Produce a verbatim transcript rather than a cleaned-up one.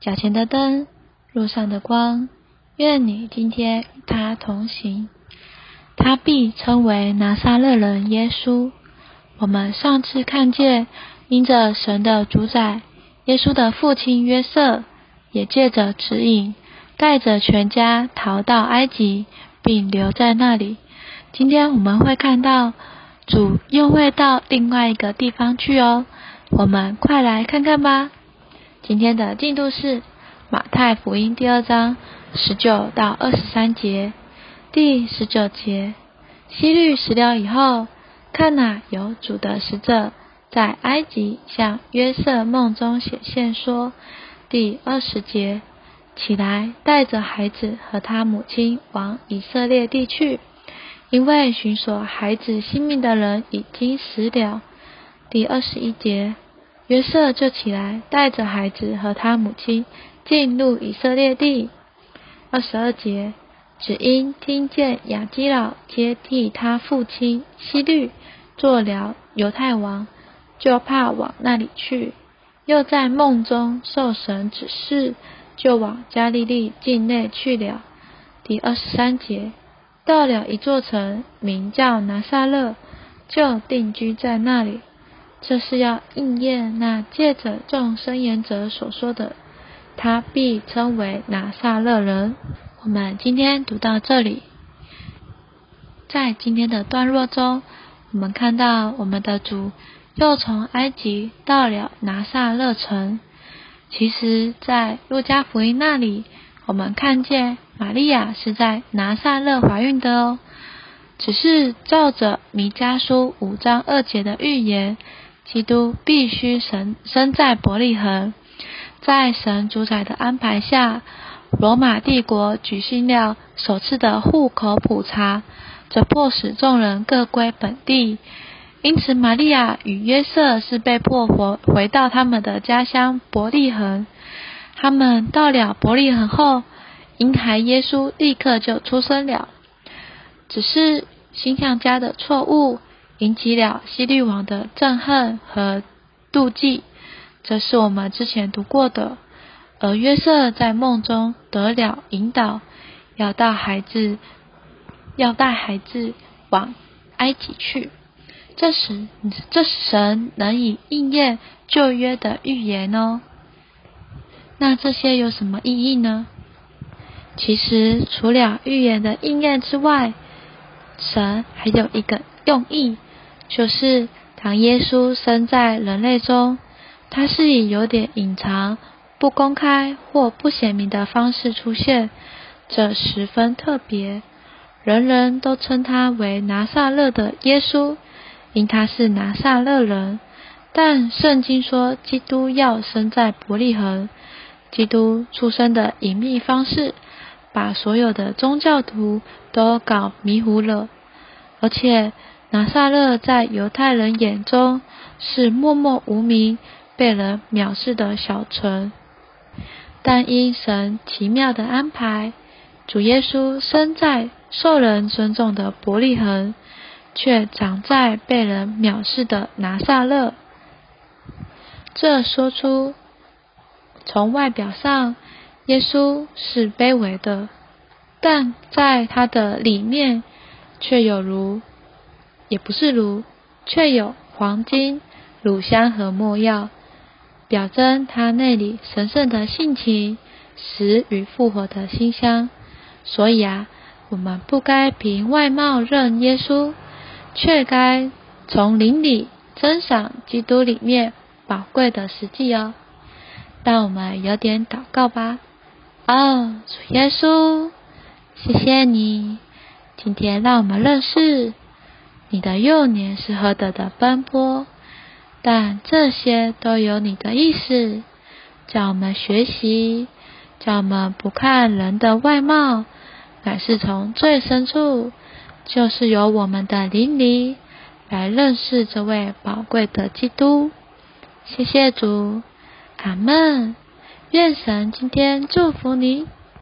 脚前的灯，路上的光，愿你今天与他同行。他必称为拿撒勒人耶稣。我们上次看见，因着神的主宰，耶稣的父亲约瑟也借着指引，带着全家逃到埃及，并留在那里。今天我们会看到主又会到另外一个地方去哦，我们快来看看吧。今天的进度是马太福音第二章十九到二十三节。第十九节，希律死了以后，看哪，有主的使者在埃及向约瑟梦中显现说。第二十节，起来，带着孩子和他母亲往以色列地去，因为寻索孩子性命的人已经死了。第二十一节，约瑟就起来，带着孩子和他母亲进入以色列地。二十二节，只因听见亚基老接替他父亲希律做了犹太王，就怕往那里去，又在梦中受神指示，就往加利利境内去了。第二十三节，到了一座城，名叫拿撒勒，就定居在那里。这是要应验那借着众申言者所说的，他必称为拿撒勒人。我们今天读到这里，在今天的段落中，我们看到我们的主又从埃及到了拿撒勒城。其实在路加福音那里，我们看见玛利亚是在拿撒勒怀孕的哦，只是照着弥迦书五章二节的预言，基督必须生生在伯利恒。在神主宰的安排下，罗马帝国举行了首次的户口普查，这迫使众人各归本地。因此玛利亚与约瑟是被迫回回到他们的家乡伯利恒。他们到了伯利恒后，婴孩耶稣立刻就出生了。只是星象家的错误引起了希律王的憎恨和妒忌，这是我们之前读过的。而约瑟在梦中得了引导，要带孩子要带孩子往埃及去。这时这神能以应验旧约的预言哦。那这些有什么意义呢？其实除了预言的应验之外，神还有一个用意，就是当耶稣生在人类中，他是以有点隐藏、不公开或不显明的方式出现，这十分特别。人人都称他为拿撒勒的耶稣，因他是拿撒勒人。但圣经说基督要生在伯利恒，基督出生的隐秘方式把所有的宗教徒都搞迷糊了。而且拿撒勒在犹太人眼中是默默无名、被人藐视的小城，但因神奇妙的安排，主耶稣生在受人尊重的伯利恒，却长在被人藐视的拿撒勒。这说出从外表上耶稣是卑微的，但在他的里面却有如也不是如却有黄金、乳香和没药，表征他内里神圣的性情、死与复活的馨香。所以啊，我们不该凭外貌认耶稣，却该从灵里珍赏基督里面宝贵的实际哦。让我们有点祷告吧。哦，主耶稣，谢谢你，今天让我们认识你的幼年是何等的奔波，但这些都有你的意思，叫我们学习，叫我们不看人的外貌，乃是从最深处，就是由我们的灵里来认识这位宝贵的基督。谢谢主，阿们。愿神今天祝福你。